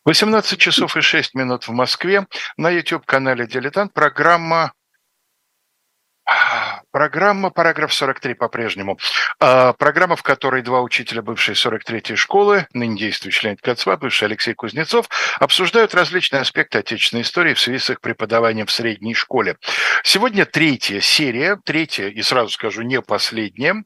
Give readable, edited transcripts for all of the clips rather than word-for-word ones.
18 часов и 6 минут в Москве. На YouTube-канале «Дилетант» программа «Параграф 43» по-прежнему. Программа, в которой два учителя бывшей 43-й школы, ныне действующий Леонид Кацва, бывший Алексей Кузнецов, обсуждают различные аспекты отечественной истории в связи с их преподаванием в средней школе. Сегодня третья серия, третья и, сразу скажу, не последняя,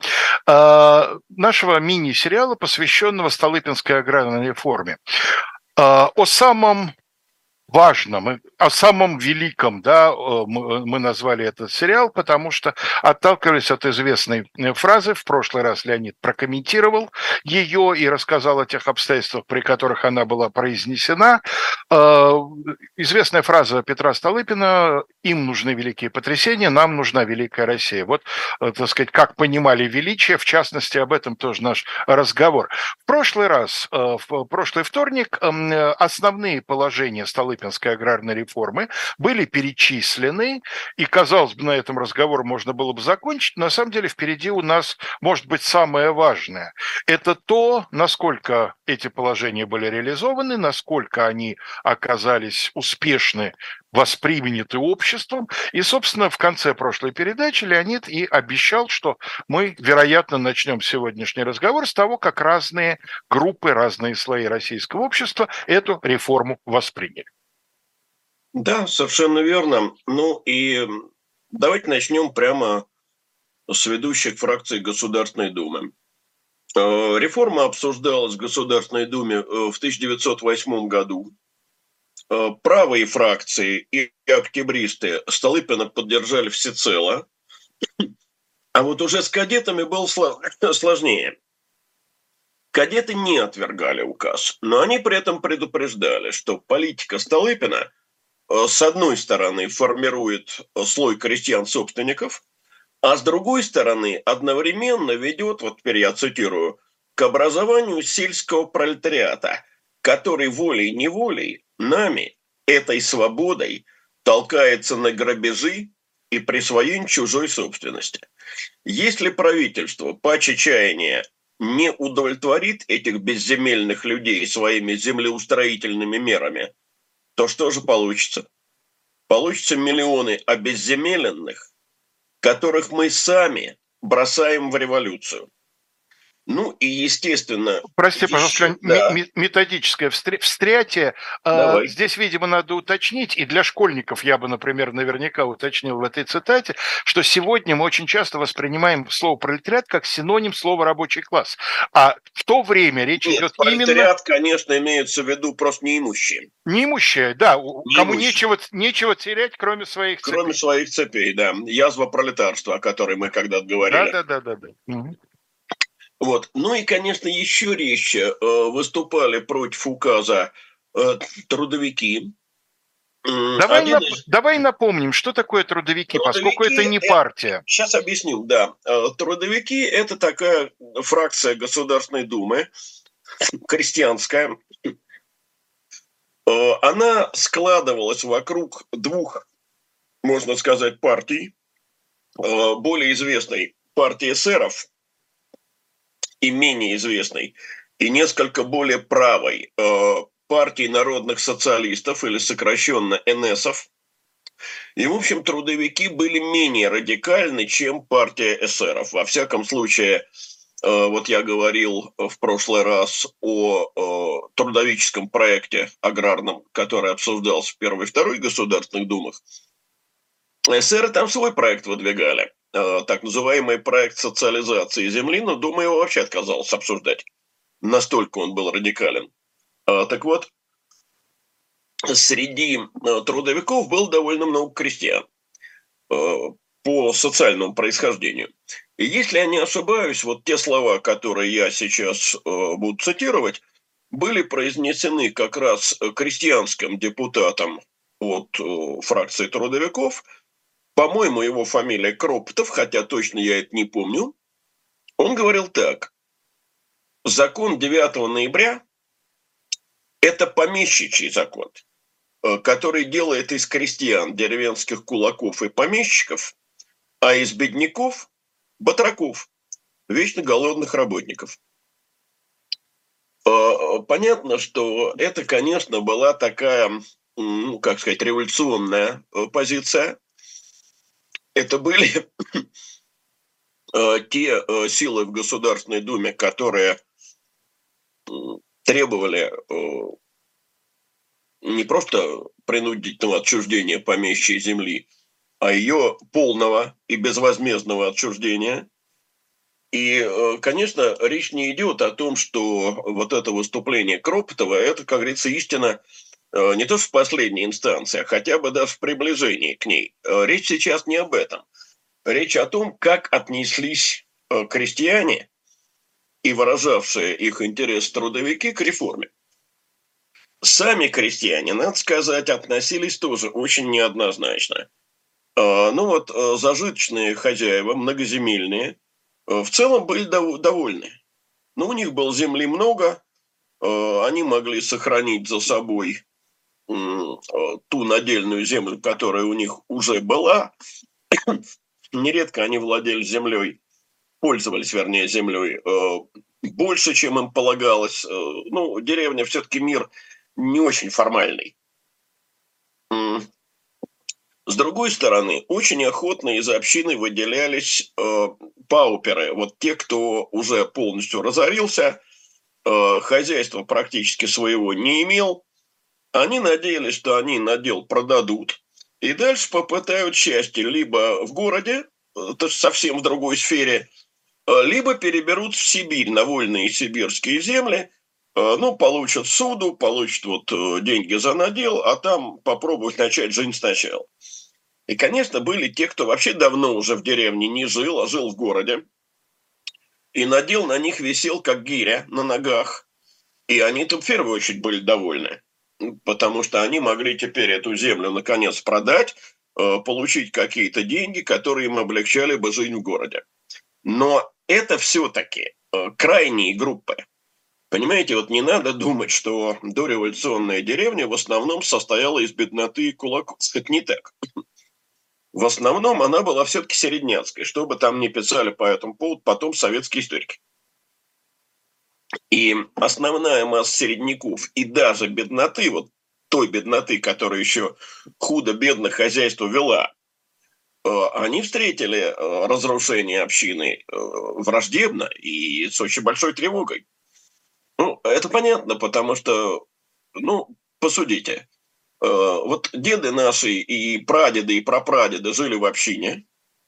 нашего мини-сериала, посвященного Столыпинской аграрной реформе. О самом важном, о самом великом, да, мы назвали этот сериал, потому что отталкивались от известной фразы. В прошлый раз Леонид прокомментировал ее и рассказал о тех обстоятельствах, при которых она была произнесена. Известная фраза Петра Столыпина: «Им нужны великие потрясения, нам нужна великая Россия». Вот, так сказать, как понимали величие, в частности, об этом тоже наш разговор. В прошлый раз, в прошлый вторник, основные положения Столыпинской аграрной реформы были перечислены, и, казалось бы, на этом разговор можно было бы закончить, но на самом деле впереди у нас, может быть, самое важное. Это то, насколько эти положения были реализованы, насколько они оказались успешны, восприняты обществом. И, собственно, в конце прошлой передачи Леонид и обещал, что мы, вероятно, начнем сегодняшний разговор с того, как разные группы, разные слои российского общества эту реформу восприняли. Да, совершенно верно. Ну и давайте начнем прямо с ведущих фракций Государственной Думы. Реформа обсуждалась в Государственной Думе в 1908 году. Правые фракции и октябристы Столыпина поддержали всецело, а вот уже с кадетами было сложнее. Кадеты не отвергали указ, но они при этом предупреждали, что политика Столыпина с одной стороны формирует слой крестьян-собственников, а с другой стороны одновременно ведет, вот теперь я цитирую, к образованию сельского пролетариата, который волей-неволей нами, этой свободой, толкается на грабежи и присвоение чужой собственности. Если правительство паче чаяния не удовлетворит этих безземельных людей своими землеустроительными мерами, то что же получится? Получится миллионы обезземеленных, которых мы сами бросаем в революцию. Ну и, естественно... Прости, пожалуйста, да. методическое встрятие. Давай. Здесь, видимо, надо уточнить, и для школьников я бы, например, наверняка уточнил в этой цитате, что сегодня мы очень часто воспринимаем слово «пролетариат» как синоним слова «рабочий класс». А в то время речь идет именно... Пролетариат, конечно, имеется в виду просто неимущие. Неимущие, да, кому Неимущие. нечего терять, кроме своих цепей. Кроме своих цепей, да. Язва пролетарства, о которой мы когда-то говорили. Да. Угу. Вот. Ну и, конечно, еще резче выступали против указа трудовики. Давай напомним, что такое трудовики, поскольку это не партия. Сейчас объясню, да. Трудовики – это такая фракция Государственной Думы, крестьянская. Она складывалась вокруг двух, можно сказать, партий. Более известной партии эсеров и менее известной, и несколько более правой партии народных социалистов, или сокращенно НСов. И, в общем, трудовики были менее радикальны, чем партия эсеров. Во всяком случае, вот я говорил в прошлый раз о трудовическом проекте аграрном, который обсуждался в Первой и Второй Государственных Думах. Эсеры там свой проект выдвигали, так называемый проект социализации земли, но Дума его вообще отказалась обсуждать. Настолько он был радикален. Так вот, среди трудовиков было довольно много крестьян по социальному происхождению. И если я не ошибаюсь, вот те слова, которые я сейчас буду цитировать, были произнесены как раз крестьянским депутатом от фракции трудовиков. По-моему, его фамилия Кропотов, хотя точно я это не помню. Он говорил так. Закон 9 ноября – это помещичий закон, который делает из крестьян, деревенских кулаков и помещиков, а из бедняков – батраков, вечно голодных работников. Понятно, что это, конечно, была такая, ну, как сказать, революционная позиция. Это были те силы в Государственной Думе, которые требовали не просто принудительного отчуждения помещичьей земли, а ее полного и безвозмездного отчуждения. И, конечно, речь не идет о том, что вот это выступление Кропотова – это, как говорится, истина не то что в последней инстанции, а хотя бы даже в приближении к ней. Речь сейчас не об этом. Речь о том, как отнеслись крестьяне и выражавшие их интерес трудовики к реформе. Сами крестьяне, надо сказать, относились тоже очень неоднозначно. Ну вот зажиточные хозяева, многоземельные, в целом были довольны. Но у них было земли много, они могли сохранить за собой ту надельную землю, которая у них уже была. Нередко они владели землей, пользовались, вернее, землей больше, чем им полагалось. Ну, деревня все-таки мир не очень формальный. С другой стороны, очень охотно из общины выделялись пауперы, вот те, кто уже полностью разорился, хозяйства практически своего не имел. Они надеялись, что они надел продадут, и дальше попытают счастье либо в городе, то есть совсем в другой сфере, либо переберут в Сибирь на вольные сибирские земли, ну, получат суду, получат вот деньги за надел, а там попробовать начать жизнь сначала. И, конечно, были те, кто вообще давно уже в деревне не жил, а жил в городе. И надел на них висел, как гиря, на ногах. И они-то в первую очередь были довольны, потому что они могли теперь эту землю наконец продать, получить какие-то деньги, которые им облегчали бы жизнь в городе. Но это все-таки крайние группы. Понимаете, вот не надо думать, что дореволюционная деревня в основном состояла из бедноты и кулаков. Это не так. В основном она была все-таки середняцкой, что бы там ни писали по этому поводу потом советские историки. И основная масса середняков и даже бедноты, вот той бедноты, которая еще худо-бедно хозяйство вела, они встретили разрушение общины враждебно и с очень большой тревогой. Ну, это понятно, потому что, ну, посудите, вот деды наши и прадеды, и прапрадеды жили в общине.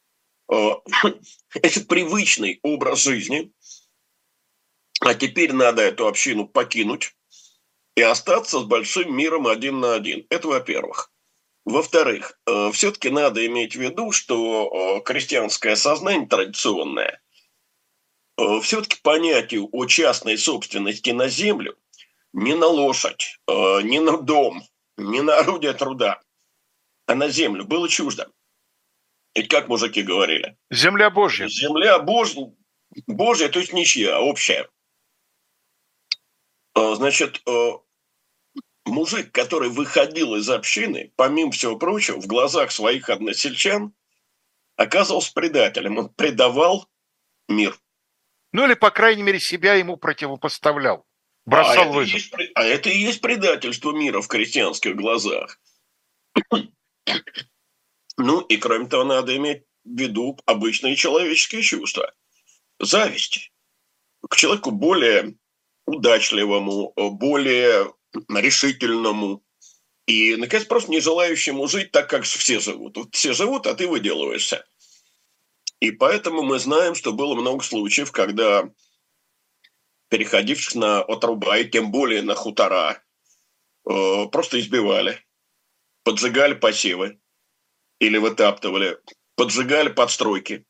Это привычный образ жизни. А теперь надо эту общину покинуть и остаться с большим миром один на один. Это во-первых. Во-вторых, все-таки надо иметь в виду, что крестьянское сознание традиционное все-таки понятию о частной собственности на землю, не на лошадь, не на дом, не на орудие труда, а на землю было чуждо. Ведь как мужики говорили? Земля Божья. Земля Божья, то есть ничья, а общая. Значит, мужик, который выходил из общины, помимо всего прочего, в глазах своих односельчан, оказывался предателем. Он предавал мир. Ну или, по крайней мере, себя ему противопоставлял. Бросал вызов. А это и есть предательство мира в крестьянских глазах. Ну и кроме того, надо иметь в виду обычные человеческие чувства. Зависть к человеку более удачливому, более решительному и, наконец, просто не желающему жить так, как все живут. Вот все живут, а ты выделываешься. И поэтому мы знаем, что было много случаев, когда переходивших на отруба, и тем более на хутора, просто избивали, поджигали посевы или вытаптывали, поджигали подстройки.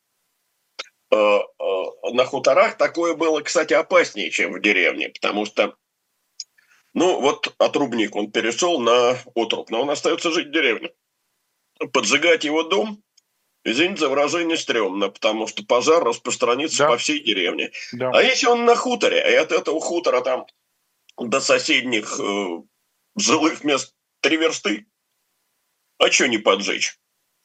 На хуторах такое было, кстати, опаснее, чем в деревне, потому что, ну, вот отрубник, он перешел на отруб, но он остается жить в деревне. Поджигать его дом, извините за выражение, стрёмно, потому что пожар распространится по всей деревне. Да. А если он на хуторе, и от этого хутора там до соседних жилых мест 3 версты, а что не поджечь?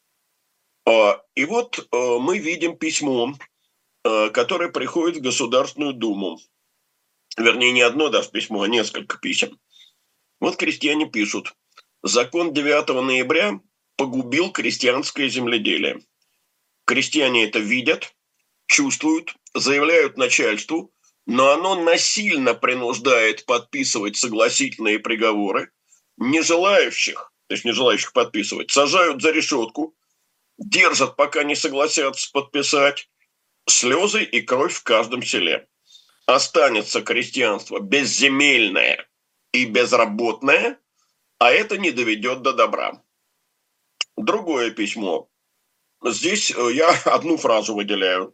И вот мы видим письмо, которое приходит в Государственную Думу. вернее, не одно даже письмо, а несколько писем. Вот крестьяне пишут: закон 9 ноября погубил крестьянское земледелие. Крестьяне это видят, чувствуют, заявляют начальству, но оно насильно принуждает подписывать согласительные приговоры. Не желающих подписывать, сажают за решетку, держат, пока не согласятся подписать. Слезы и кровь в каждом селе. Останется крестьянство безземельное и безработное, а это не доведет до добра. Другое письмо. Здесь я одну фразу выделяю.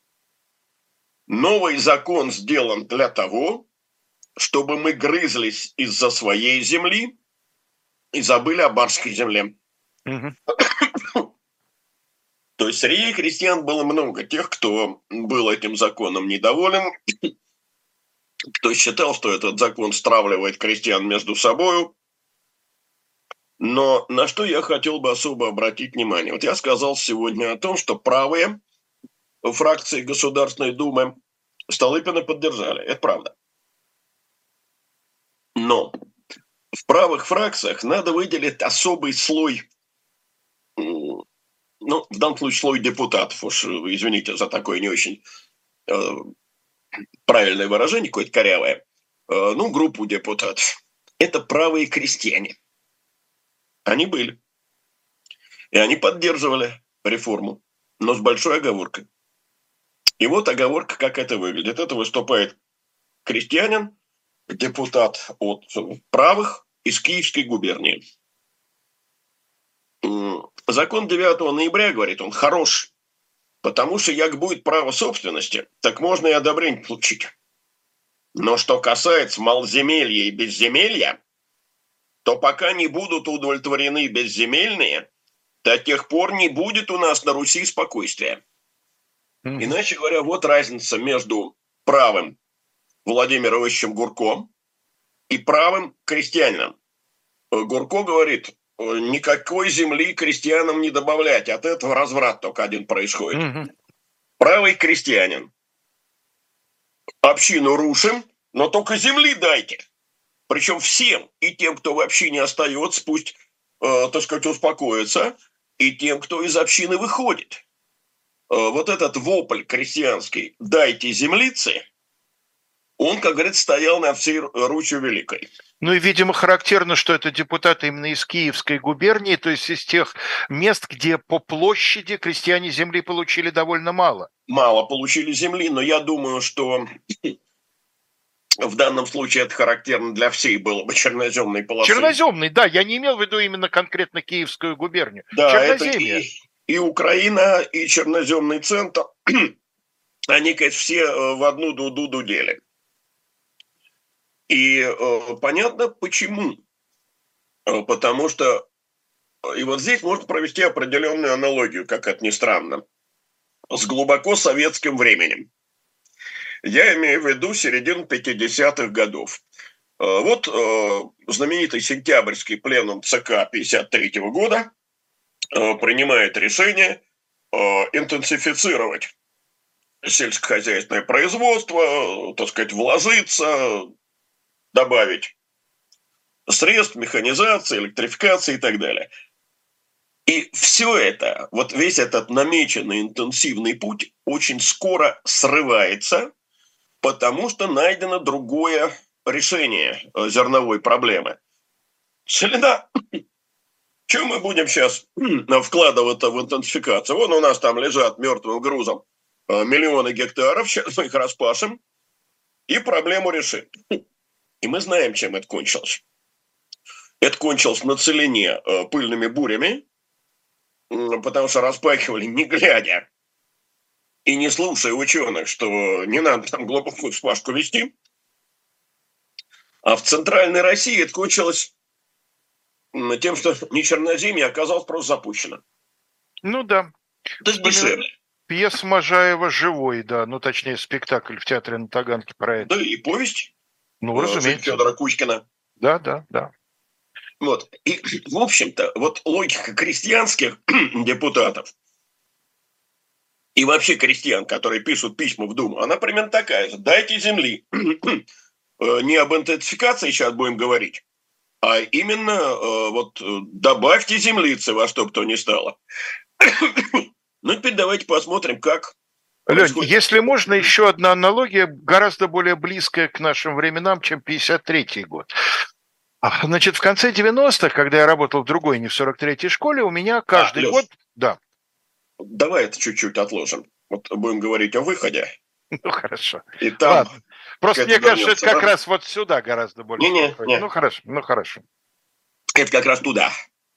Новый закон сделан для того, чтобы мы грызлись из-за своей земли и забыли о барской земле. То есть среди крестьян было много тех, кто был этим законом недоволен, кто считал, что этот закон стравливает крестьян между собою. Но на что я хотел бы особо обратить внимание. Вот я сказал сегодня о том, что правые фракции Государственной Думы Столыпина поддержали. Это правда. Но в правых фракциях надо выделить особый слой, ну, в данном случае слой депутатов, уж извините за такое не очень правильное выражение, какое-то корявое, ну, группу депутатов. Это правые крестьяне. Они были. И они поддерживали реформу, но с большой оговоркой. И вот оговорка, как это выглядит. Это выступает крестьянин, депутат от правых из Киевской губернии. Закон 9 ноября, говорит он, хорош, потому что як будет право собственности, так можно и одобрение получить. Но что касается малоземелья и безземелья, то пока не будут удовлетворены безземельные, до тех пор не будет у нас на Руси спокойствия. Иначе говоря, вот разница между правым Владимиром Ильичем Гурко и правым крестьянином. Гурко говорит, никакой земли крестьянам не добавлять, от этого разврат только один происходит. Правый крестьянин. Общину рушим, но только земли дайте. Причем всем, и тем, кто в общине остается, пусть, так сказать, успокоится, и тем, кто из общины выходит. Вот этот вопль крестьянский «дайте землицы», он, как говорится, стоял над всей Русью Великой. Ну и, видимо, характерно, что это депутаты именно из Киевской губернии, то есть из тех мест, где по площади крестьяне земли получили довольно мало. Мало получили земли, но я думаю, что в данном случае это характерно для всей было бы черноземной полосы. Черноземной, да, я не имел в виду именно конкретно Киевскую губернию. Да, это и Украина, и черноземный центр, они, конечно, все в одну дуду дудели. И понятно почему. Потому что, и вот здесь можно провести определенную аналогию, как это ни странно, с глубоко советским временем. Я имею в виду середину 50-х годов. Вот знаменитый сентябрьский пленум ЦК 1953 года принимает решение интенсифицировать сельскохозяйственное производство, так сказать, вложиться, добавить средств, механизации, электрификации и так далее. И все это, вот весь этот намеченный интенсивный путь очень скоро срывается, потому что найдено другое решение зерновой проблемы. Целина. Чем мы будем сейчас вкладываться в интенсификацию? Вон у нас там лежат мертвым грузом миллионы гектаров, сейчас мы их распашем и проблему решим. И мы знаем, чем это кончилось. Это кончилось на целине пыльными бурями, потому что распахивали не глядя и не слушая ученых, что не надо там глубокую вспашку вести. А в центральной России это кончилось тем, что не черноземье оказалось просто запущено. Ну да. То есть дешевле. Пьеса Можаева «Живой», да, ну точнее спектакль в театре на Таганке про это. Да и повесть. Ну, разумеется. Федора Кузькина. Да. Вот. И, в общем-то, вот логика крестьянских депутатов и вообще крестьян, которые пишут письма в Думу, она примерно такая же. Дайте земли. не об интенсификации сейчас будем говорить, а именно добавьте землицы во что бы то ни стало. Ну, теперь давайте посмотрим, как Лень, происходит. если можно, еще одна аналогия, гораздо более близкая к нашим временам, чем 53-й год. Значит, в конце 90-х, когда я работал в другой, не в 43-й школе, у меня каждый год... Леш, Да, давай это чуть-чуть отложим. Вот будем говорить о выходе. ну хорошо. И там Ладно. Просто мне кажется, это как раз вот сюда гораздо больше подходит. Ну хорошо, ну хорошо. Это как раз туда.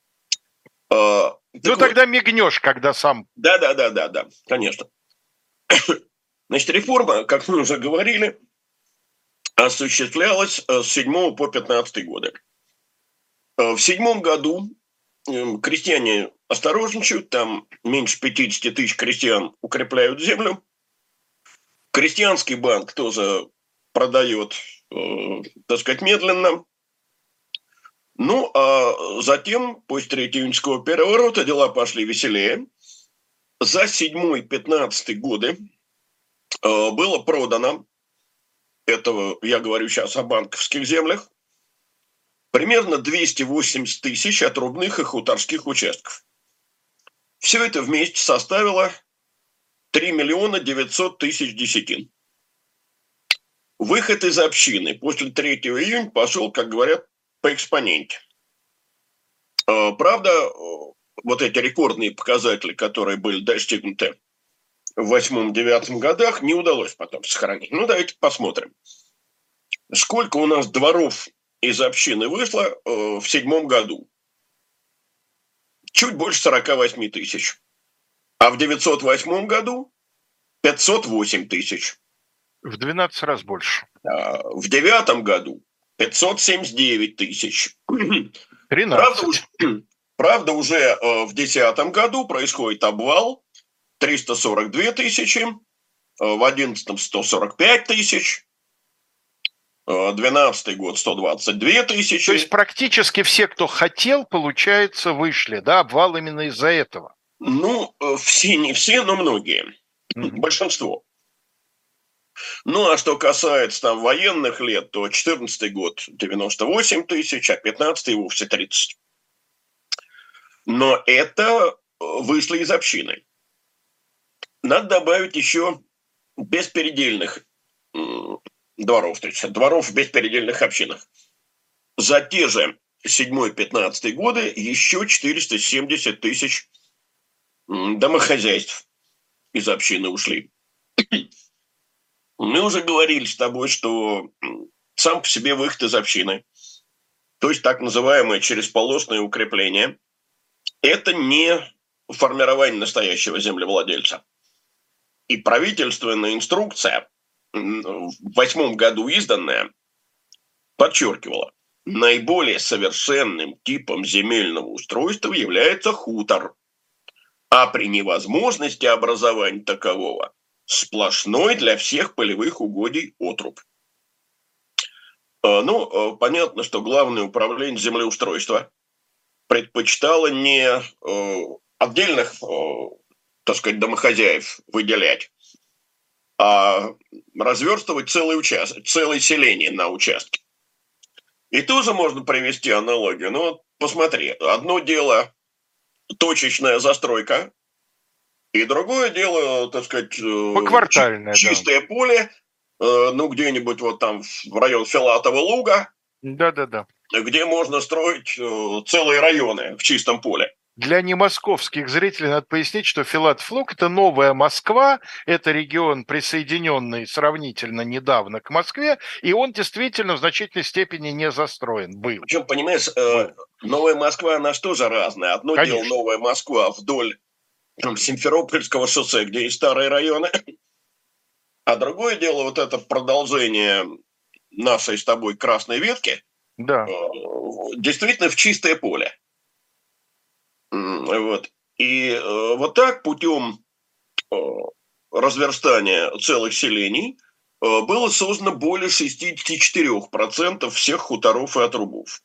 Ну тогда мигнешь, когда сам... Да, конечно. Значит, реформа, как мы уже говорили, осуществлялась с 7 по 15 годы. В 7 году крестьяне осторожничают, там меньше 50 тысяч крестьян укрепляют землю. Крестьянский банк тоже продает, так сказать, медленно. Ну, а затем, после Третьего июньского переворота, дела пошли веселее. За 7-15 годы было продано, это я говорю сейчас о банковских землях, примерно 280 тысяч отрубных и хуторских участков. Все это вместе составило 3 миллиона 900 тысяч десятин. Выход из общины после 3 июня пошел, как говорят, по экспоненте. Правда, вот эти рекордные показатели, которые были достигнуты в 8-9 годах, не удалось потом сохранить. Ну, давайте посмотрим. Сколько у нас дворов из общины вышло в 7 году? Чуть больше 48 тысяч. А в 908 году 508 тысяч. В 12 раз больше. В 9 году 579 тысяч. 13. Правда, уже в 2010 году происходит обвал, 342 тысячи, в 2011 145 тысяч, 2012 год 122 тысячи. То есть практически все, кто хотел, получается, вышли, да, обвал именно из-за этого? Ну, все, не все, но многие, большинство. Ну, а что касается там военных лет, то 2014 год 98 тысяч, а 2015 вовсе 30. Но это вышло из общины. Надо добавить еще беспередельных дворов, то есть дворов в беспередельных общинах. За те же 7-15 годы еще 470 тысяч домохозяйств из общины ушли. Мы уже говорили с тобой, что сам по себе выход из общины, то есть так называемое черезполосное укрепление, это не формирование настоящего землевладельца. И правительственная инструкция, в 2008 году изданная, подчеркивала, наиболее совершенным типом земельного устройства является хутор, а при невозможности образования такового сплошной для всех полевых угодий отрубь. Ну, понятно, что Главное управление землеустройства предпочитало не отдельных, так сказать, домохозяев выделять, а разверстывать целое селение на участке. И тоже можно привести аналогию. Ну, вот посмотри, одно дело точечная застройка, и другое дело, так сказать, чистое поле, ну, где-нибудь вот там в район Филатова луга, где можно строить целые районы в чистом поле. Для немосковских зрителей надо пояснить, что Филатов луг – это новая Москва, это регион, присоединенный сравнительно недавно к Москве, и он действительно в значительной степени не застроен был. Причем, понимаешь, новая Москва, она же тоже разная. Одно дело новая Москва вдоль Симферопольского шоссе, где есть старые районы, а другое дело вот это продолжение нашей с тобой красной ветки, действительно в чистое поле. Вот. И вот так путем разверстания целых селений было создано более 64% всех хуторов и отрубов.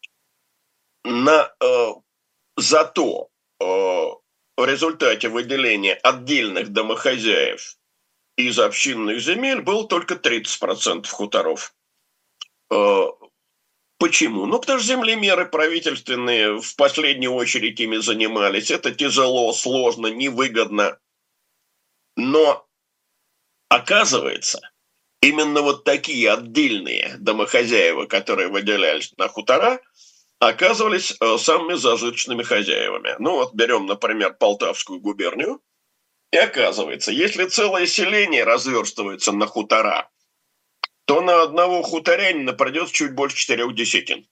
Зато в результате выделения отдельных домохозяев из общинных земель было только 30% хуторов. Почему? Ну, потому что землемеры правительственные в последнюю очередь ими занимались. Это тяжело, сложно, невыгодно. Но оказывается, именно вот такие отдельные домохозяева, которые выделялись на хутора, оказывались самыми зажиточными хозяевами. Ну вот берем, например, Полтавскую губернию. И оказывается, если целое селение разверстывается на хутора, то на одного хуторянина придется чуть больше 4 десятин.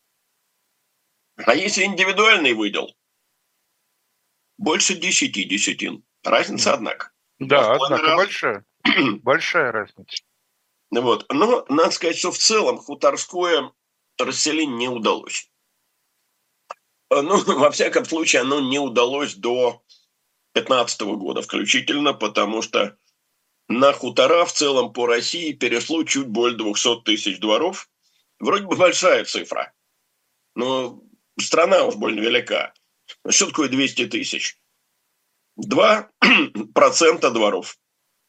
А если индивидуальный выдел, больше 10 десятин. Разница, однако. Да, однако большая. Большая разница. Вот. Но надо сказать, что в целом хуторское расселение не удалось. Ну, во всяком случае, оно не удалось до 2015 года включительно, потому что на хутора в целом по России перешло чуть более 200 тысяч дворов. Вроде бы большая цифра, но страна уж больно велика. Что такое 200 тысяч? 2% дворов.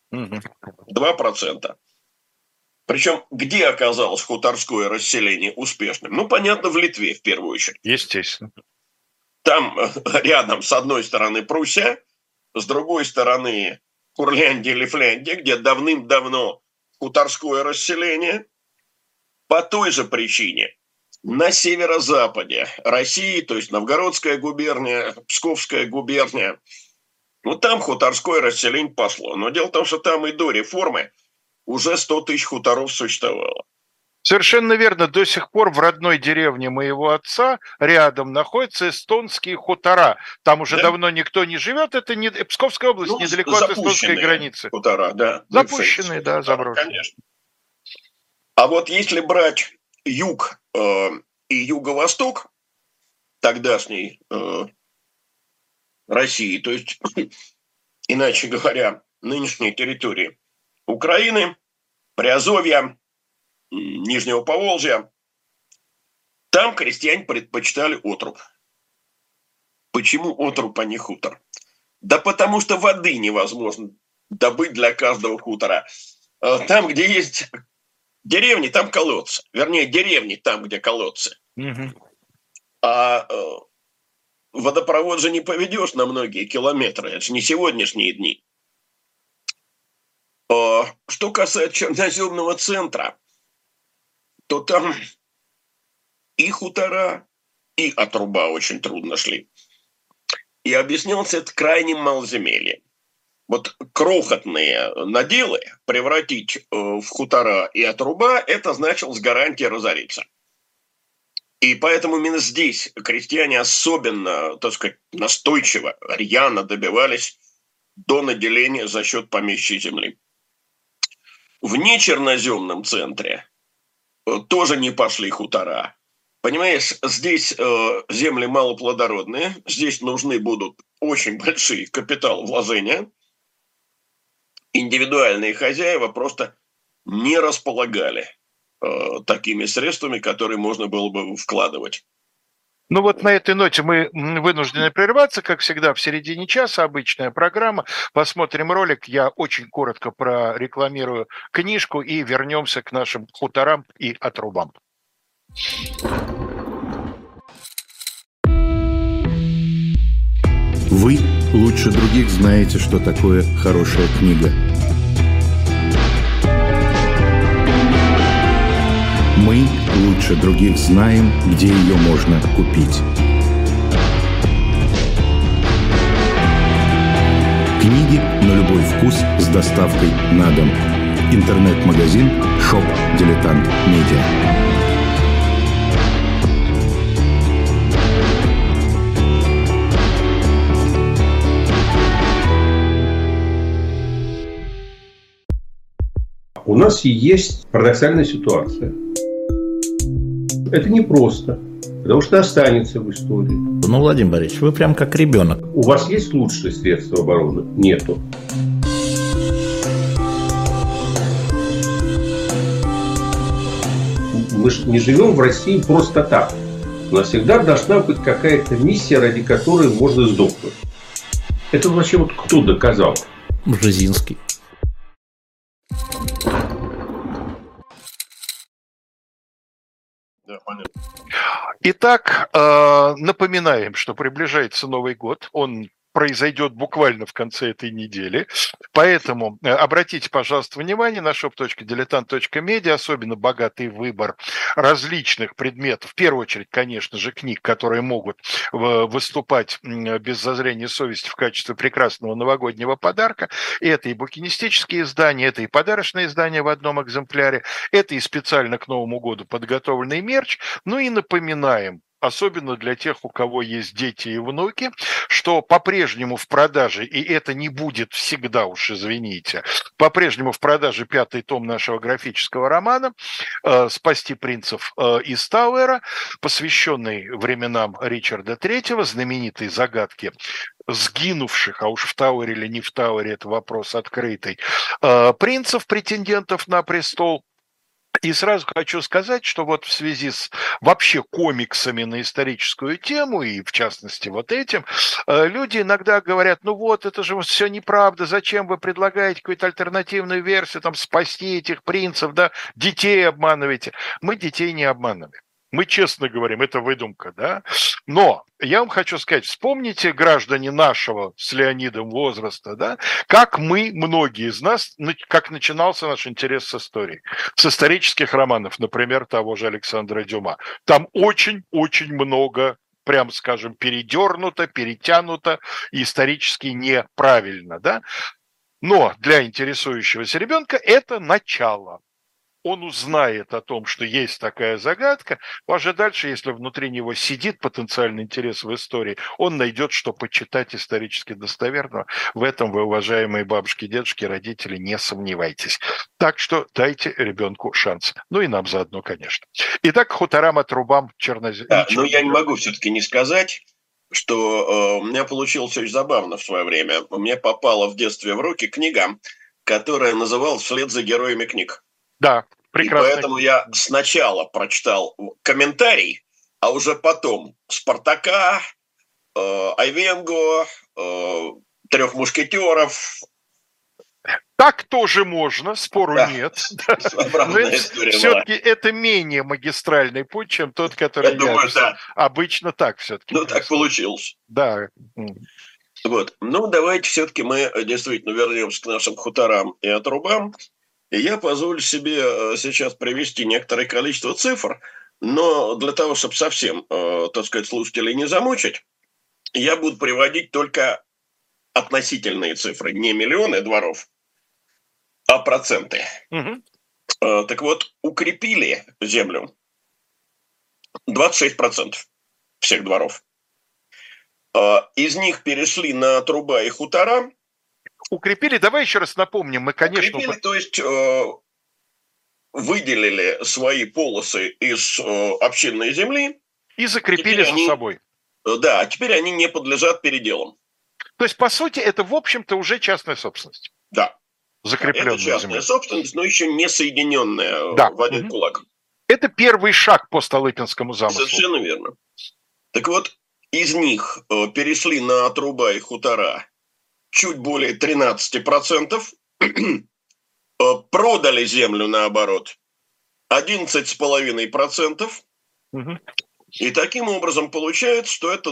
2%. Причем где оказалось хуторское расселение успешным? Ну, понятно, в Литве в первую очередь. Естественно. Там рядом с одной стороны Пруссия, с другой стороны Курляндия или Финляндия, где давным-давно хуторское расселение. По той же причине на северо-западе России, то есть Новгородская губерния, Псковская губерния, ну там хуторское расселение пошло. Но дело в том, что там и до реформы уже 100 тысяч хуторов существовало. Совершенно верно. До сих пор в родной деревне моего отца рядом находятся эстонские хутора. Там уже давно никто не живет. Это не Псковская область, недалеко от эстонской границы. Хутора, да. Запущенные, да, заброшенные. Конечно. А вот если брать юг и юго-восток тогдашней России, то есть, иначе говоря, нынешней территории Украины, Приазовья, Нижнего Поволжья, там крестьяне предпочитали отруб. Почему отруб, а не хутор? Да потому что воды невозможно добыть для каждого хутора. Там, где есть деревни, там колодцы. Вернее, деревни там, где колодцы. А водопровод же не поведешь на многие километры. Это же не сегодняшние дни. Что касается черноземного центра, то там и хутора, и отруба очень трудно шли. И объяснялось это крайним малоземельем. Вот крохотные наделы превратить в хутора и отруба, это значило с гарантией разориться. И поэтому именно здесь крестьяне особенно, так сказать, настойчиво, рьяно добивались до наделения за счет помещичьей земли. В нечерноземном центре тоже не пошли хутора. Понимаешь, здесь земли малоплодородные, здесь нужны будут очень большие капиталовложения. Индивидуальные хозяева просто не располагали такими средствами, которые можно было бы вкладывать. Ну вот на этой ноте мы вынуждены прерваться, как всегда, в середине часа, обычная программа. Посмотрим ролик, я очень коротко прорекламирую книжку и вернемся к нашим хуторам и отрубам. Вы лучше других знаете, что такое хорошая книга. Мы лучше других знаем, где ее можно купить. Книги на любой вкус с доставкой на дом. Интернет-магазин «Шоп Дилетант Медиа». У нас есть парадоксальная ситуация. Это непросто, потому что останется в истории. Ну, Владимир Борисович, вы прям как ребенок. У вас есть лучшие средства обороны? Нету. Мы же не живем в России просто так. У нас всегда должна быть какая-то миссия, ради которой можно сдохнуть. Это вообще вот кто доказал? Бжезинский. Итак, напоминаем, что приближается Новый год. Он произойдет буквально в конце этой недели. Поэтому обратите, пожалуйста, внимание на shop.diletant.media, особенно богатый выбор различных предметов. В первую очередь, конечно же, книг, которые могут выступать без зазрения совести в качестве прекрасного новогоднего подарка. Это и букинистические издания, это и подарочные издания в одном экземпляре, это и специально к Новому году подготовленный мерч. Ну и напоминаем, особенно для тех, у кого есть дети и внуки, что по-прежнему в продаже, и это не будет всегда, уж извините, по-прежнему в продаже 5-й том нашего графического романа «Спасти принцев из Тауэра», посвященный временам Ричарда III, знаменитой загадке сгинувших, а уж в Тауэре или не в Тауэре, это вопрос открытый, принцев, претендентов на престол. И сразу хочу сказать, что вот в связи с вообще комиксами на историческую тему, и в частности вот этим, люди иногда говорят, ну вот, это же все неправда, зачем вы предлагаете какую-то альтернативную версию, там, спасти этих принцев, да, детей обманываете. Мы детей не обманываем. Мы честно говорим, это выдумка, да? Но я вам хочу сказать, вспомните, граждане нашего с Леонидом возраста, да, как мы, многие из нас, как начинался наш интерес с историей. С исторических романов, например, того же Александра Дюма. Там очень-очень много, прям скажем, передернуто, перетянуто, и исторически неправильно, да? Но для интересующегося ребенка это начало. Он узнает о том, что есть такая загадка, уже дальше, если внутри него сидит потенциальный интерес в истории, он найдет, что почитать исторически достоверного. В этом вы, уважаемые бабушки, дедушки, родители, не сомневайтесь. Так что дайте ребенку шанс. Ну и нам заодно, конечно. Итак, хуторам от рубам чернозем. Да, но я не могу все-таки не сказать, что у меня получилось очень забавно в свое время. Мне попала в детстве в руки книга, которая называлась «Вслед за героями книг». Да, прекрасно. И поэтому я сначала прочитал комментарий, а уже потом «Спартака», «Айвенго», «Трех мушкетеров». Так тоже можно, спору нет. Но все-таки это менее магистральный путь, чем тот, который я думаю, да. Обычно так все-таки. Ну, так получилось. Да. Вот. Ну, давайте все-таки мы действительно вернемся к нашим хуторам и отрубам. И я позволю себе сейчас привести некоторое количество цифр, но для того, чтобы совсем, так сказать, слушателей не замучить, я буду приводить только относительные цифры, не миллионы дворов, а проценты. Угу. Так вот, укрепили землю 26% всех дворов. Из них перешли на труба и хутора. Укрепили, давай еще раз напомним, мы, конечно... Укрепили, то есть выделили свои полосы из общинной земли. И закрепили за собой. Да, а теперь они не подлежат переделам. То есть, по сути, это, в общем-то, уже частная собственность. Да. Закрепленная это частная земля. собственность, но еще не соединенная в один кулак. Это первый шаг по Столыпинскому замыслу. Совершенно верно. Так вот, из них перешли на труба и хутора чуть более 13%, продали землю наоборот 11,5%, и таким образом получается, что это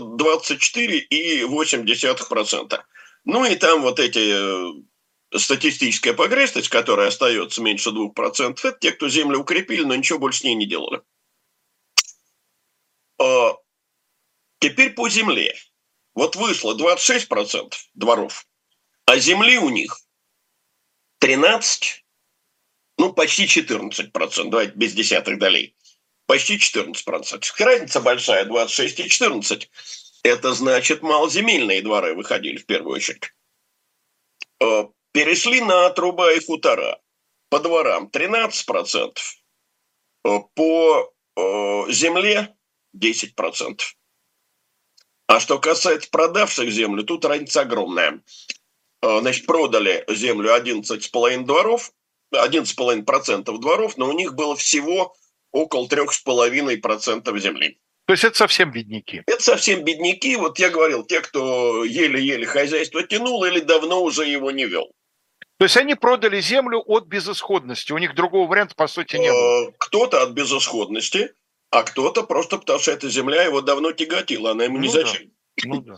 24,8%. Ну и там вот эти статистическая погрешность, которая остается меньше 2%, это те, кто землю укрепили, но ничего больше с ней не делали. Теперь по земле. Вот вышло 26% дворов, а земли у них 13%, ну почти 14%, давайте без десятых долей, почти 14%. Разница большая, 26 и 14. Это значит, малоземельные дворы выходили в первую очередь. Перешли на труба и хутора. По дворам 13%, по земле 10%. А что касается продавших землю, тут разница огромная. Значит, продали землю 11,5 дворов, 11,5% дворов, но у них было всего около 3,5% земли. То есть это совсем бедняки? Это совсем бедняки. Вот я говорил, те, кто еле-еле хозяйство тянул или давно уже его не вел. То есть они продали землю от безысходности, у них другого варианта, по сути, не было? Кто-то от безысходности, а кто-то просто потому, что эта земля его давно тяготила, она ему не зачем. Ну да.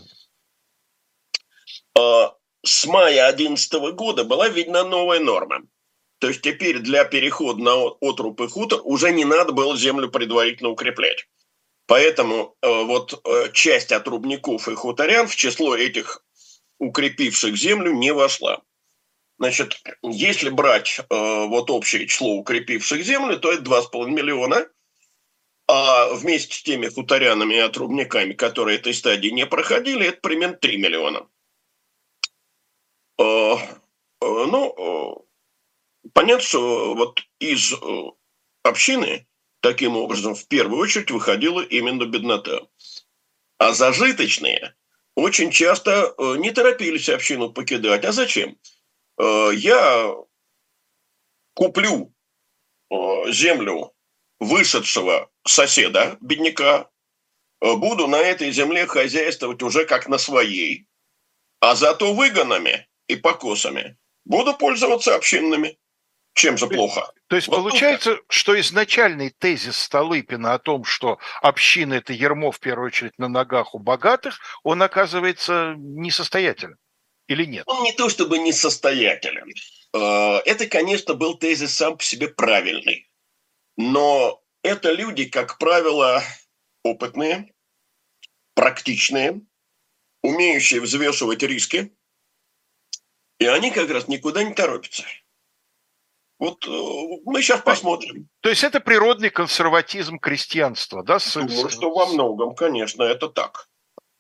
С мая 2011 года была введена новая норма. То есть теперь для перехода на отрубь и хутор уже не надо было землю предварительно укреплять. Поэтому часть отрубников и хуторян в число этих укрепивших землю не вошла. Значит, если брать общее число укрепивших землю, то это 2,5 миллиона, а вместе с теми хуторянами и отрубниками, которые этой стадии не проходили, это примерно 3 миллиона. Понятно, что из общины таким образом в первую очередь выходила именно беднота. А зажиточные очень часто не торопились общину покидать. А зачем? Я куплю землю вышедшего соседа, бедняка, буду на этой земле хозяйствовать уже как на своей, а зато выгонами и покосами буду пользоваться общинными. Чем же плохо? То есть получается, что изначальный тезис Столыпина о том, что община – это ярмо в первую очередь на ногах у богатых, он оказывается несостоятелен или нет? Он не то чтобы несостоятелен. Это, конечно, был тезис сам по себе правильный. Но это люди, как правило, опытные, практичные, умеющие взвешивать риски, и они как раз никуда не торопятся. Мы сейчас посмотрим. То есть это природный консерватизм крестьянства, да? Думаю, что во многом, конечно, это так.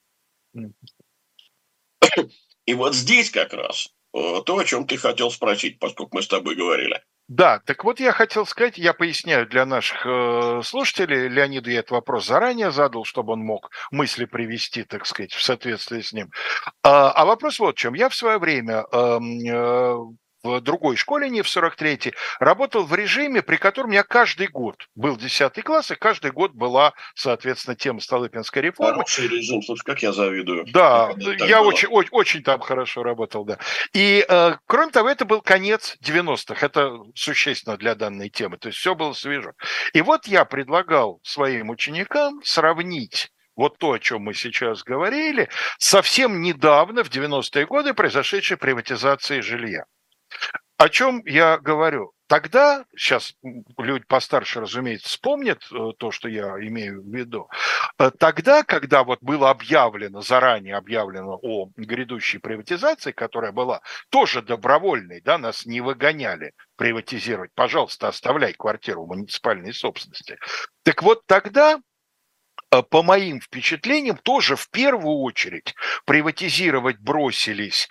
И вот здесь как раз то, о чем ты хотел спросить, поскольку мы с тобой говорили. Да, так вот я хотел сказать, я поясняю для наших слушателей, Леониду я этот вопрос заранее задал, чтобы он мог мысли привести, так сказать, в соответствии с ним. А вопрос вот в чем. Я в свое время в другой школе, не в 43-й, работал в режиме, при котором у меня каждый год был 10 класс, и каждый год была, соответственно, тема Столыпинской реформы. Хороший режим, слушай, как я завидую. Да, я очень там хорошо работал, да. И, кроме того, это был конец 90-х, это существенно для данной темы, то есть все было свежо. И вот я предлагал своим ученикам сравнить вот то, о чем мы сейчас говорили, совсем недавно, в 90-е годы, произошедшей приватизацией жилья. О чем я говорю? Тогда, сейчас люди постарше, разумеется, вспомнят то, что я имею в виду, тогда, когда вот было заранее объявлено о грядущей приватизации, которая была тоже добровольной, да, нас не выгоняли приватизировать, пожалуйста, оставляй квартиру в муниципальной собственности. Так вот тогда, по моим впечатлениям, тоже в первую очередь приватизировать бросились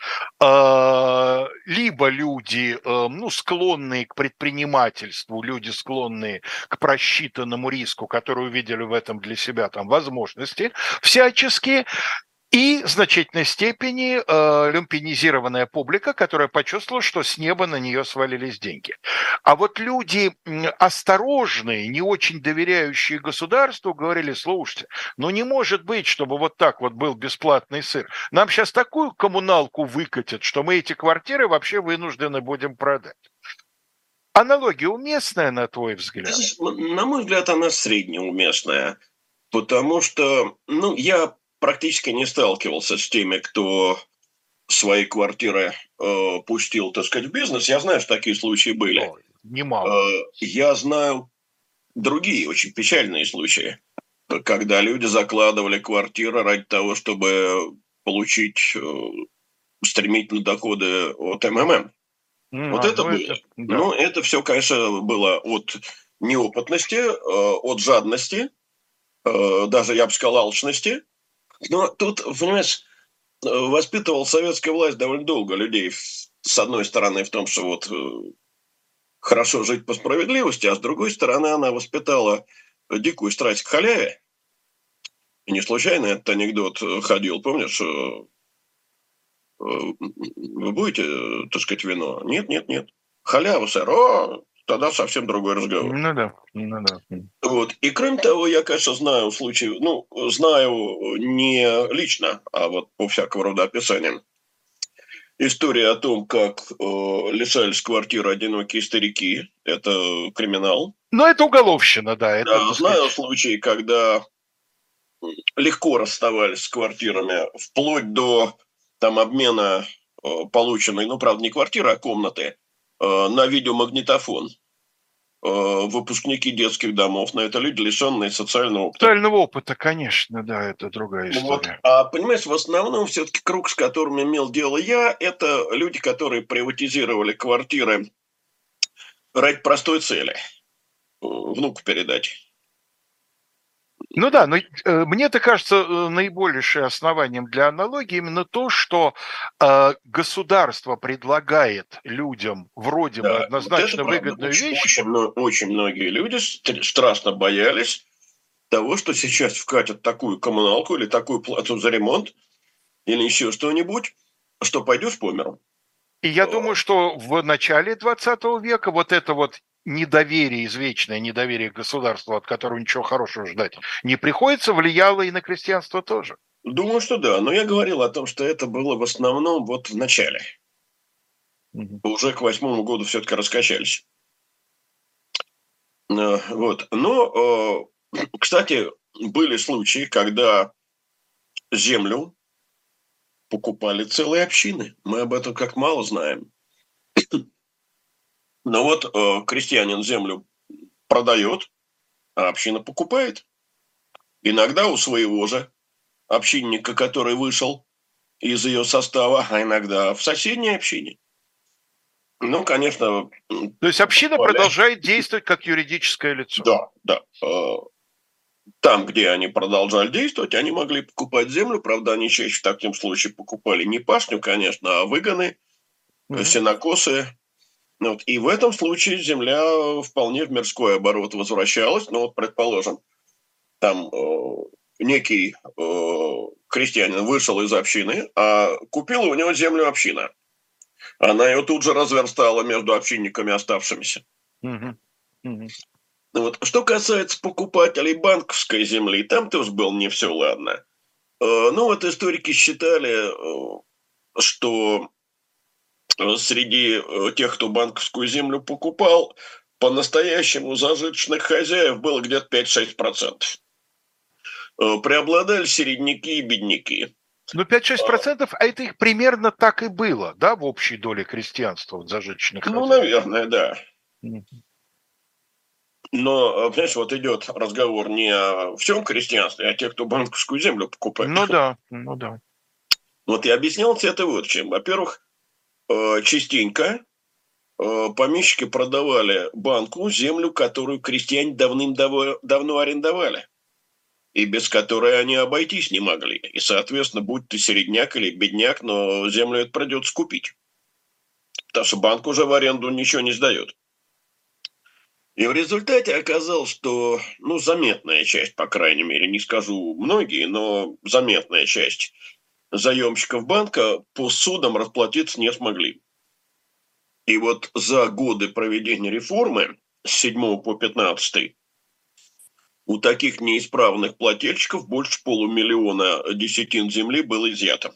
либо люди, склонные к предпринимательству, люди, склонные к просчитанному риску, которые увидели в этом для себя там возможности всяческие, и в значительной степени люмпинизированная публика, которая почувствовала, что с неба на нее свалились деньги. А вот люди осторожные, не очень доверяющие государству, говорили: слушайте, не может быть, чтобы вот так вот был бесплатный сыр. Нам сейчас такую коммуналку выкатят, что мы эти квартиры вообще вынуждены будем продать. Аналогия уместная, на твой взгляд? На мой взгляд, она среднеуместная, потому что, я практически не сталкивался с теми, кто свои квартиры пустил, так сказать, в бизнес. Я знаю, что такие случаи были. Немало. Я знаю другие очень печальные случаи, когда люди закладывали квартиры ради того, чтобы получить стремительные доходы от МММ. Это было. Да. Это все, конечно, было от неопытности, от жадности, даже, я бы сказал, алчности. Но тут, понимаешь, воспитывал советская власть довольно долго людей, с одной стороны, в том, что хорошо жить по справедливости, а с другой стороны, она воспитала дикую страсть к халяве. И не случайно этот анекдот ходил, помнишь? Вы будете, так сказать, вино? Нет. Халява, сэр. Тогда совсем другой разговор. Да. И кроме того, я, конечно, знаю случаи, знаю не лично, а вот по всякого рода описаниям. История о том, как лишались квартиры одинокие старики. Это криминал. Но это уголовщина, да. Это, Да, знаю случаи, когда легко расставались с квартирами, вплоть до там обмена полученной, ну, правда, не квартиры, а комнаты, на видеомагнитофон. Выпускники детских домов, но это люди, лишенные социального опыта. Социального опыта, конечно, да, это другая история. Вот. А понимаешь, в основном все-таки круг, с которым имел дело я, это люди, которые приватизировали квартиры ради простой цели. Внуку передать. Ну да, но мне-то кажется наибольшим основанием для аналогии именно то, что государство предлагает людям вроде бы однозначно вот выгодную вещь. Очень многие люди страстно боялись того, что сейчас вкатят такую коммуналку или такую плату за ремонт, или еще что-нибудь, что пойдешь по миру. И я думаю, что в начале 20 века вот это вот недоверие, извечное недоверие к государству, от которого ничего хорошего ждать не приходится, влияло и на крестьянство тоже. Думаю, что да. Но я говорил о том, что это было в основном вот в начале. Уже к 8 году все-таки раскачались. Вот. Но, кстати, были случаи, когда землю покупали целые общины. Мы об этом как мало знаем. Но вот крестьянин землю продает, а община покупает. Иногда у своего же общинника, который вышел из ее состава, а иногда в соседней общине. Ну, конечно... То есть община продолжает действовать как юридическое лицо. Да. Там, где они продолжали действовать, они могли покупать землю. Правда, они чаще в таком случае покупали не пашню, конечно, а выгоны, сенокосы. Вот. И в этом случае земля вполне в мирской оборот возвращалась. Ну, вот, предположим, там некий крестьянин вышел из общины, а купила у него землю община. Она ее тут же разверстала между общинниками оставшимися. Вот. Что касается покупателей банковской земли, там тоже было не все ладно. Ну вот историки считали, что среди тех, кто банковскую землю покупал, по-настоящему зажиточных хозяев было где-то 5-6%. Преобладали середняки и бедняки. Ну, 5-6%, а это их примерно так и было, да, в общей доле крестьянства, вот, зажиточных хозяев? Ну, наверное, да. Но, понимаешь, вот идет разговор не о всем крестьянстве, а о тех, кто банковскую землю покупает. Ну да. Вот я объяснял тебе это вот чем. Во-первых, частенько помещики продавали банку землю, которую крестьяне давным-давно арендовали, и без которой они обойтись не могли. И, соответственно, будь ты середняк или бедняк, но землю это придется купить. Потому что банк уже в аренду ничего не сдает. И в результате оказалось, что, ну, заметная часть, по крайней мере, не скажу многие, но заметная часть заемщиков банка по судам расплатиться не смогли. И вот за годы проведения реформы с 7 по 15 у таких неисправных плательщиков больше 500 000 десятин земли было изъято.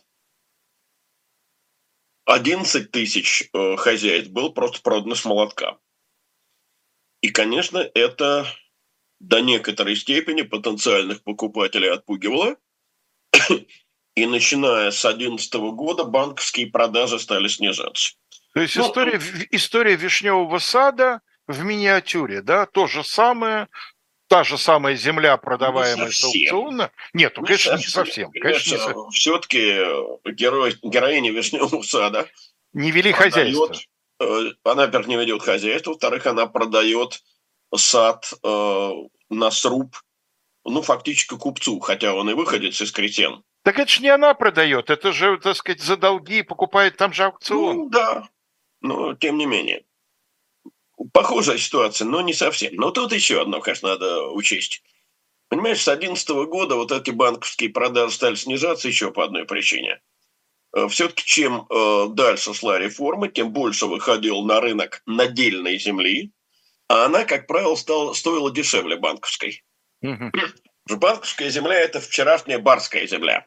11 тысяч хозяйств было просто продано с молотка. И, конечно, это до некоторой степени потенциальных покупателей отпугивало. И начиная с 2011 года банковские продажи стали снижаться. То есть история вишневого сада в миниатюре, да, то же самое, та же самая земля, продаваемая с аукциона. Нет, ну, конечно, не совсем. Все-таки героиня вишневого сада не вели хозяйство. Она, во-первых, не ведет хозяйство, во-вторых, она продает сад на сруб, ну, фактически купцу, хотя он и выходец из крестьян. Так это же не она продает, это же, так сказать, за долги покупает там же аукцион. Ну, да, но тем не менее. Похожая ситуация, но не совсем. Но тут еще одно, конечно, надо учесть. Понимаешь, с 2011 года вот эти банковские продажи стали снижаться еще по одной причине. Все-таки чем дальше шла реформа, тем больше выходил на рынок надельной земли, а она, как правило, стоила дешевле банковской. Банковская земля – это вчерашняя барская земля.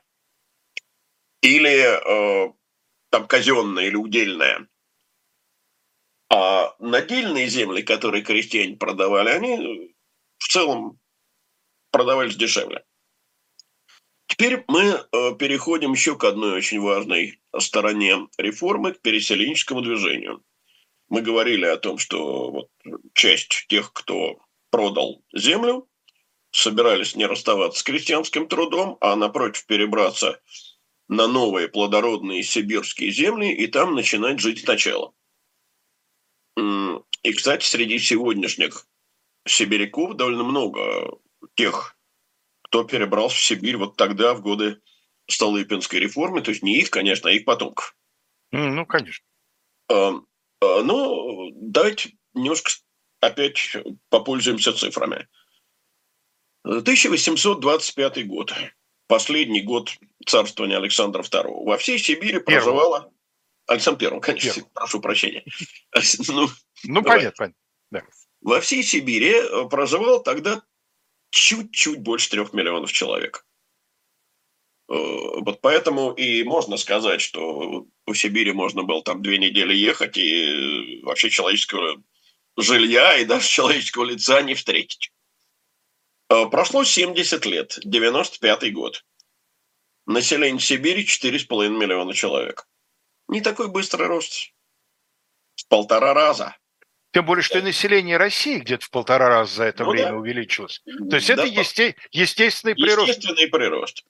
Или там казенная или удельная. А надельные земли, которые крестьяне продавали, они в целом продавались дешевле. Теперь мы переходим еще к одной очень важной стороне реформы, к переселенческому движению. Мы говорили о том, что вот часть тех, кто продал землю, собирались не расставаться с крестьянским трудом, а напротив перебраться на новые плодородные сибирские земли и там начинать жить сначала. И, кстати, среди сегодняшних сибиряков довольно много тех, кто перебрался в Сибирь вот тогда, в годы Столыпинской реформы, то есть не их, конечно, а их потомков. Ну, конечно. Ну, давайте немножко опять попользуемся цифрами. 1825 год, последний год царствования Александра II. Во всей Сибири проживало... Александр I, конечно, прошу прощения. Понятно. Да. Во всей Сибири проживало тогда чуть-чуть больше 3 миллионов человек. Вот поэтому и можно сказать, что в Сибири можно было там 2 недели ехать и вообще человеческого жилья и даже человеческого лица не встретить. Прошло 70 лет, 95-й год. Население Сибири 4,5 миллиона человек. Не такой быстрый рост. В 1,5 раза. Тем более, что и население России где-то в 1,5 раза за это время увеличилось. То есть это естественный прирост. Естественный прирост.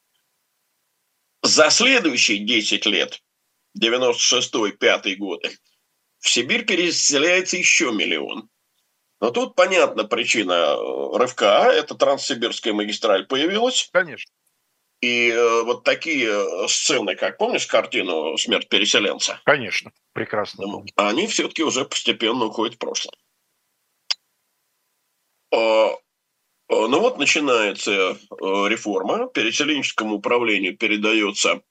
За следующие 10 лет, 96-й, 5-й годы, в Сибирь переселяется еще 1 миллион. Но тут понятна причина рывка. Это Транссибирская магистраль появилась. Конечно. И вот такие сцены, как, помнишь картину «Смерть переселенца»? Конечно, прекрасно. Они все-таки уже постепенно уходят в прошлое. Ну вот начинается реформа. Переселенческому управлению передается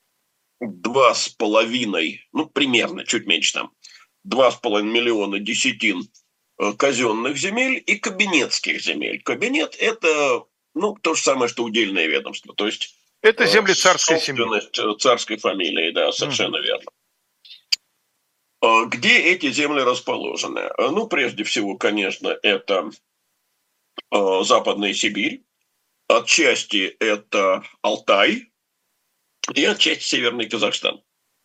2,5, ну примерно, чуть меньше там, 2,5 миллиона десятин казенных земель и кабинетских земель. Кабинет – это, ну, то же самое, что удельное ведомство. То есть это земли царской семьи. Царской фамилии, да, совершенно верно. Где эти земли расположены? Ну, прежде всего, конечно, это Западная Сибирь, отчасти это Алтай и отчасти Северный Казахстан.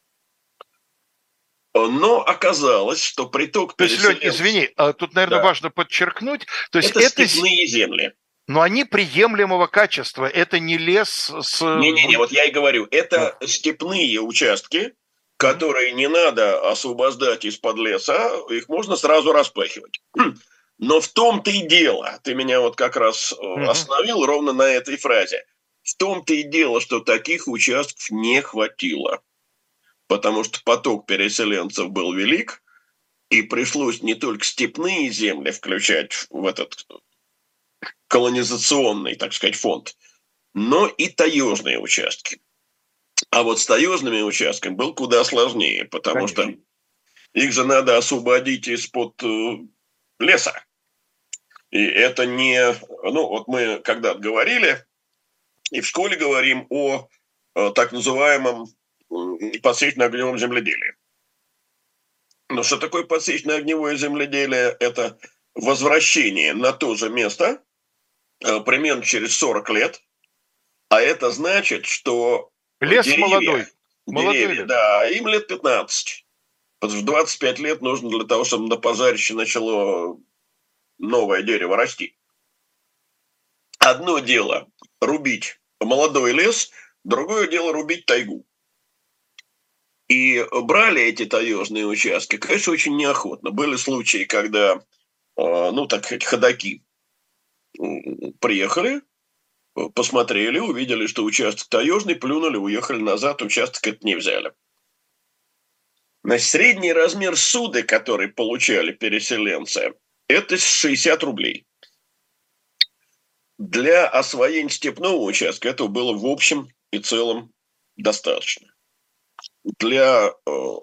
Но оказалось, что приток переселенцев... То есть, Лёнь, извини, тут, наверное, важно подчеркнуть... То есть это степные земли. Но они приемлемого качества. Это не лес с... Не-не-не, вот я и говорю. Это степные участки, которые не надо освобождать из-под леса, их можно сразу распахивать. Но в том-то и дело, ты меня вот как раз остановил ровно на этой фразе, в том-то и дело, что таких участков не хватило. Потому что поток переселенцев был велик, и пришлось не только степные земли включать в этот колонизационный, так сказать, фонд, но и таежные участки. А вот с таежными участками было куда сложнее, потому что их же надо освободить из-под леса. И это не... Ну, вот мы когда-то говорили, и в школе говорим о так называемом подсечно-огневом земледелии. Но что такое подсечно-огневое земледелие? Это возвращение на то же место примерно через 40 лет. А это значит, что лес деревья, молодой. Да, им лет 15. Потому что 25 лет нужно для того, чтобы на пожарище начало новое дерево расти. Одно дело рубить молодой лес, другое дело рубить тайгу. И брали эти таежные участки, конечно, очень неохотно. Были случаи, когда, ну, так сказать, ходаки приехали, посмотрели, увидели, что участок таежный, плюнули, уехали назад, участок это не взяли. Значит, средний размер суды, который получали переселенцы, это 60 рублей. Для освоения степного участка этого было в общем и целом достаточно. Для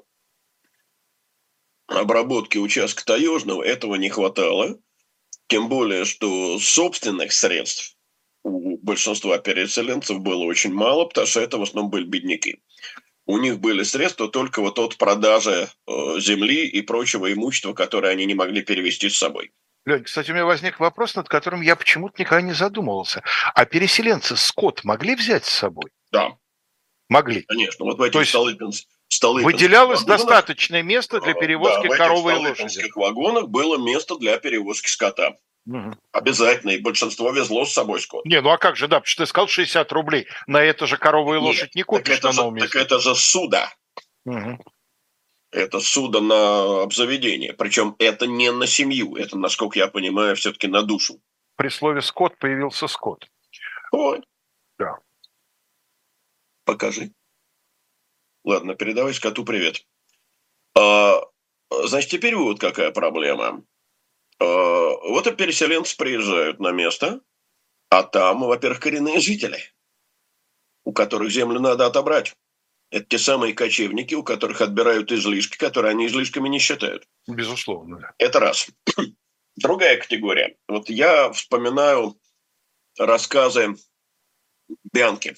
обработки участка таежного этого не хватало, тем более, что собственных средств у большинства переселенцев было очень мало, потому что это в основном были бедняки. у них были средства только вот от продажи земли и прочего имущества, которое они не могли перевести с собой. Лень, кстати, у меня возник вопрос, над которым я почему-то никогда не задумывался. А переселенцы скот могли взять с собой? Да, Могли. конечно. Вот в этих То есть Столыпинских выделялось вагонах, достаточное место для перевозки да, коровы и в этих лошади. столыпинских вагонах было место для перевозки скота. Мгм. Обязательно. И большинство везло с собой скот. Не, ну а как же, да, потому что ты сказал 60 рублей. На это же корову и лошадь не Так купишь это, на же, новом так месте. это же судо. Мгм. Это судо на обзаведение. Причем это не на семью. Это, насколько я понимаю, все-таки на душу. При слове скот появился скот. Ой, Да. покажи. Ладно, передавай скоту привет. Значит, теперь вот какая проблема. Вот и переселенцы приезжают на место, а там, во-первых, коренные жители, у которых землю надо отобрать. Это те самые кочевники, у которых отбирают излишки, которые они излишками не считают. Безусловно. Да. Это раз. Другая категория. Вот я вспоминаю рассказы Бианки.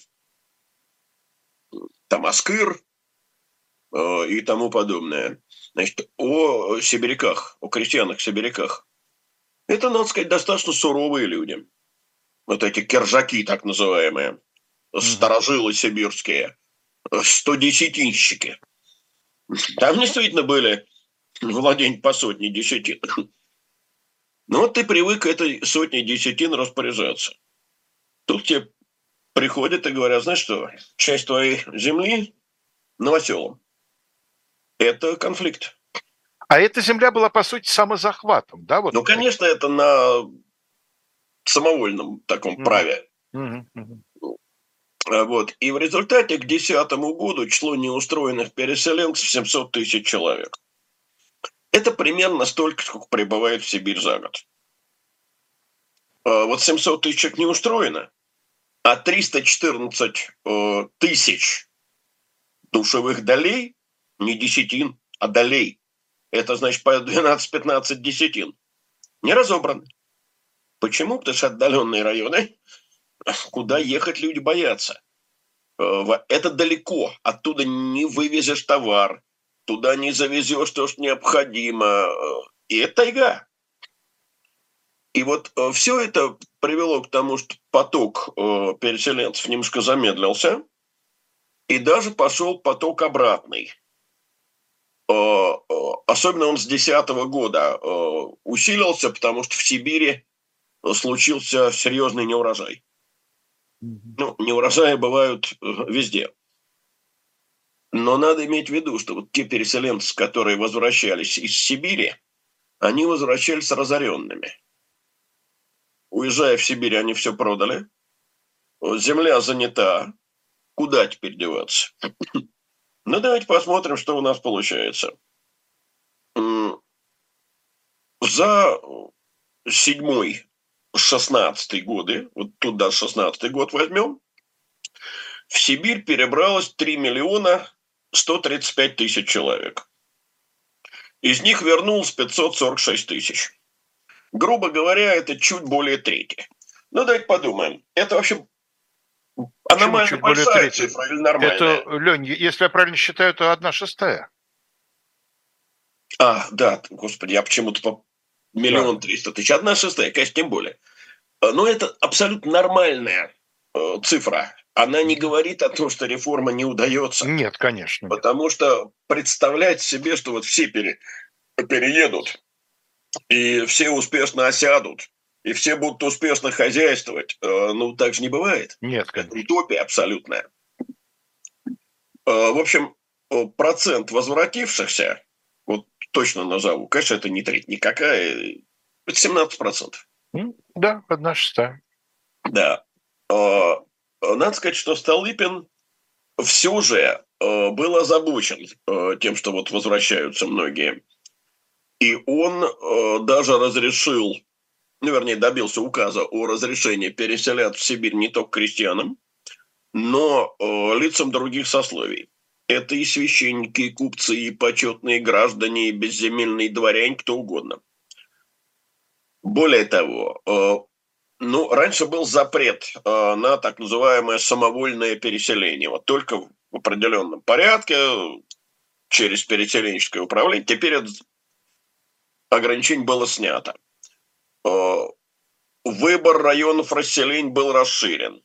Там Аскыр и тому подобное. Значит, о сибиряках, о крестьянах-сибиряках. Это, надо сказать, достаточно суровые люди. Вот эти кержаки, так называемые, старожилы сибирские, 110-нщики. Там действительно были владения по сотне десятин. Но вот ты привык этой сотней десятин распоряжаться. Тут тебе приходят и говорят, знаешь что, часть твоей земли новоселом. Это конфликт. А эта земля была, по сути, самозахватом, да? Вот. Ну, конечно, это на самовольном таком праве. Мгм, мгм. Вот. И в результате к 2010 году число неустроенных переселенцев 700 тысяч человек. Это примерно столько, сколько прибывает в Сибирь за год. Вот 700 тысяч не устроено, а 314 тысяч душевых долей, не десятин, а долей, это значит по 12-15 десятин, не разобраны. Почему? Потому что отдаленные районы, куда ехать люди боятся. Это далеко, оттуда не вывезешь товар, туда не завезешь то, что необходимо. И это тайга. И вот все это привело к тому, что поток переселенцев немножко замедлился, и даже пошел поток обратный. Особенно он с 2010 года усилился, потому что в Сибири случился серьезный неурожай. Ну, неурожаи бывают везде. Но надо иметь в виду, что вот те переселенцы, которые возвращались из Сибири, они возвращались разоренными. Уезжая в Сибирь, они все продали. Земля занята. Куда теперь деваться? Ну, давайте посмотрим, что у нас получается. За 7-16 годы, вот туда 16-й год возьмем, в Сибирь перебралось 3 миллиона 135 тысяч человек. Из них вернулось 546 тысяч. Грубо говоря, это чуть более трети. Ну, давайте подумаем. Это вообще аномально большая цифра или нормальная? Это, Лень, если я правильно считаю, это 1/6. Да, господи, я почему-то по 1 300 000. 1/6, конечно, тем более. Но это абсолютно нормальная цифра. Она не говорит о том, что реформа не удается. Нет, конечно. Нет. Потому что представлять себе, что вот все переедут, и все успешно осядут, и все будут успешно хозяйствовать, ну, так же не бывает. Нет, конечно. Это утопия абсолютная. В общем, процент возвратившихся, вот точно назову, конечно, это не треть никакая, это 17%. Да, 1/6. Да. Надо сказать, что Столыпин все же был озабочен тем, что вот возвращаются многие. И он даже разрешил, ну, вернее, добился указа о разрешении переселяться в Сибирь не только крестьянам, но лицам других сословий. Это и священники, и купцы, и почетные граждане, и безземельные дворяне, кто угодно. Более того, Ну, раньше был запрет на так называемое самовольное переселение. Вот только в определенном порядке, через переселенческое управление. Теперь это ограничение было снято. Выбор районов расселения был расширен.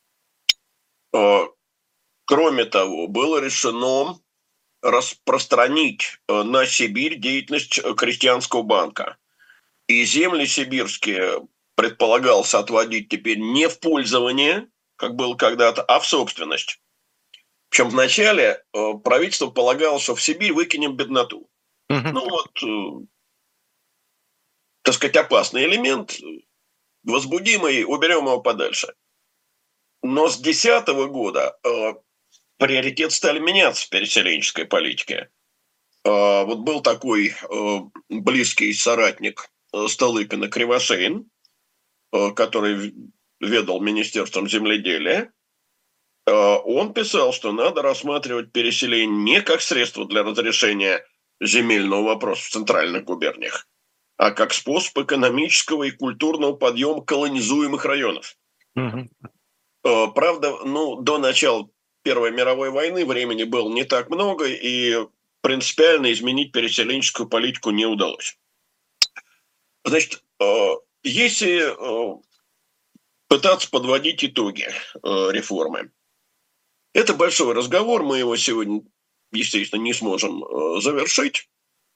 Кроме того, было решено распространить на Сибирь деятельность крестьянского банка. И земли сибирские предполагалось отводить теперь не в пользование, как было когда-то, а в собственность. Причем вначале правительство полагало, что в Сибирь выкинем бедноту. Ну вот, так сказать, опасный элемент, возбудимый, уберем его подальше. Но с 2010 года приоритеты стали меняться в переселенческой политике. Вот был такой близкий соратник Столыпина Кривошеин, который ведал Министерством земледелия. Он писал, что надо рассматривать переселение не как средство для разрешения земельного вопроса в центральных губерниях, а как способ экономического и культурного подъема колонизуемых районов. Правда, до начала Первой мировой войны времени было не так много, и принципиально изменить переселенческую политику не удалось. Значит, если пытаться подводить итоги реформы, это большой разговор, мы его сегодня, естественно, не сможем завершить,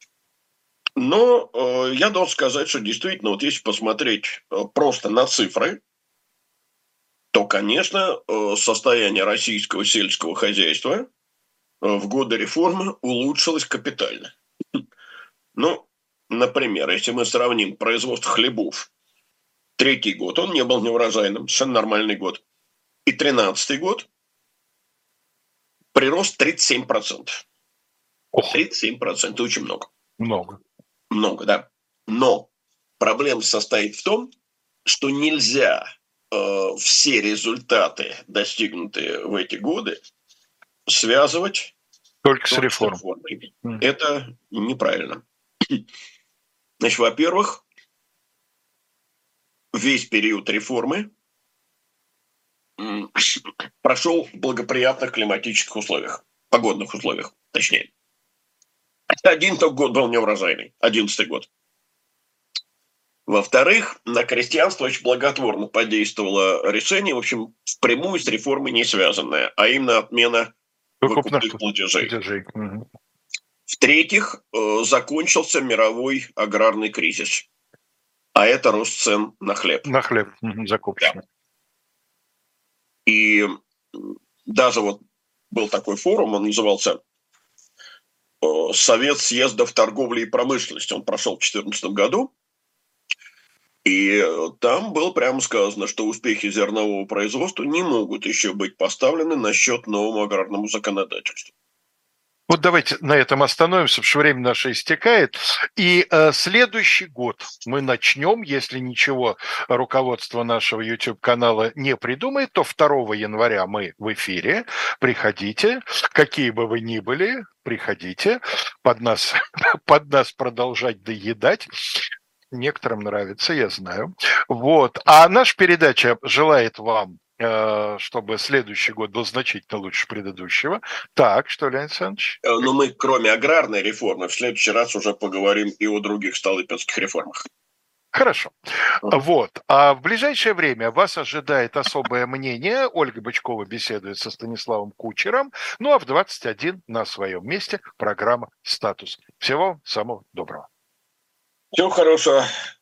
но я должен сказать, что действительно, вот если посмотреть просто на цифры, то, конечно, состояние российского сельского хозяйства в годы реформы улучшилось капитально. Ну, например, если мы сравним производство хлебов, 3-й год, он не был неурожайным, совершенно нормальный год, и 13-й год, прирост 37%. 37% очень много. Много, да. Но проблема состоит в том, что нельзя все результаты, достигнутые в эти годы, связывать только с реформой. Это неправильно. Значит, во-первых, весь период реформы прошел в благоприятных климатических условиях, погодных условиях, точнее. Один только год был неурожайный, 11-й год. Во-вторых, на крестьянство очень благотворно подействовало решение, в общем, впрямую с реформой не связанное, а именно отмена выкупных платежей. В-третьих, закончился мировой аграрный кризис, а это рост цен на хлеб. На хлеб закупочный. Да. И даже вот был такой форум, он назывался «Совет съездов торговли и промышленности», он прошел в 2014 году. И там было прямо сказано, что успехи зернового производства не могут еще быть поставлены на счет новому аграрному законодательству. Вот давайте на этом остановимся, потому что время наше истекает. И следующий год мы начнем, если ничего руководство нашего YouTube-канала не придумает, то 2 января мы в эфире. Приходите, какие бы вы ни были, приходите под нас продолжать доедать. Некоторым нравится, я знаю. Вот. А наша передача желает вам, чтобы следующий год был значительно лучше предыдущего. Так, что, Леонид Александрович? Но мы, кроме аграрной реформы, в следующий раз уже поговорим и о других столыпинских реформах. Хорошо. Вот. А в ближайшее время вас ожидает особое мнение. Ольга Бычкова беседует со Станиславом Кучером. Ну а в 21 на своем месте программа «Статус». Всего самого доброго. Всего хорошего.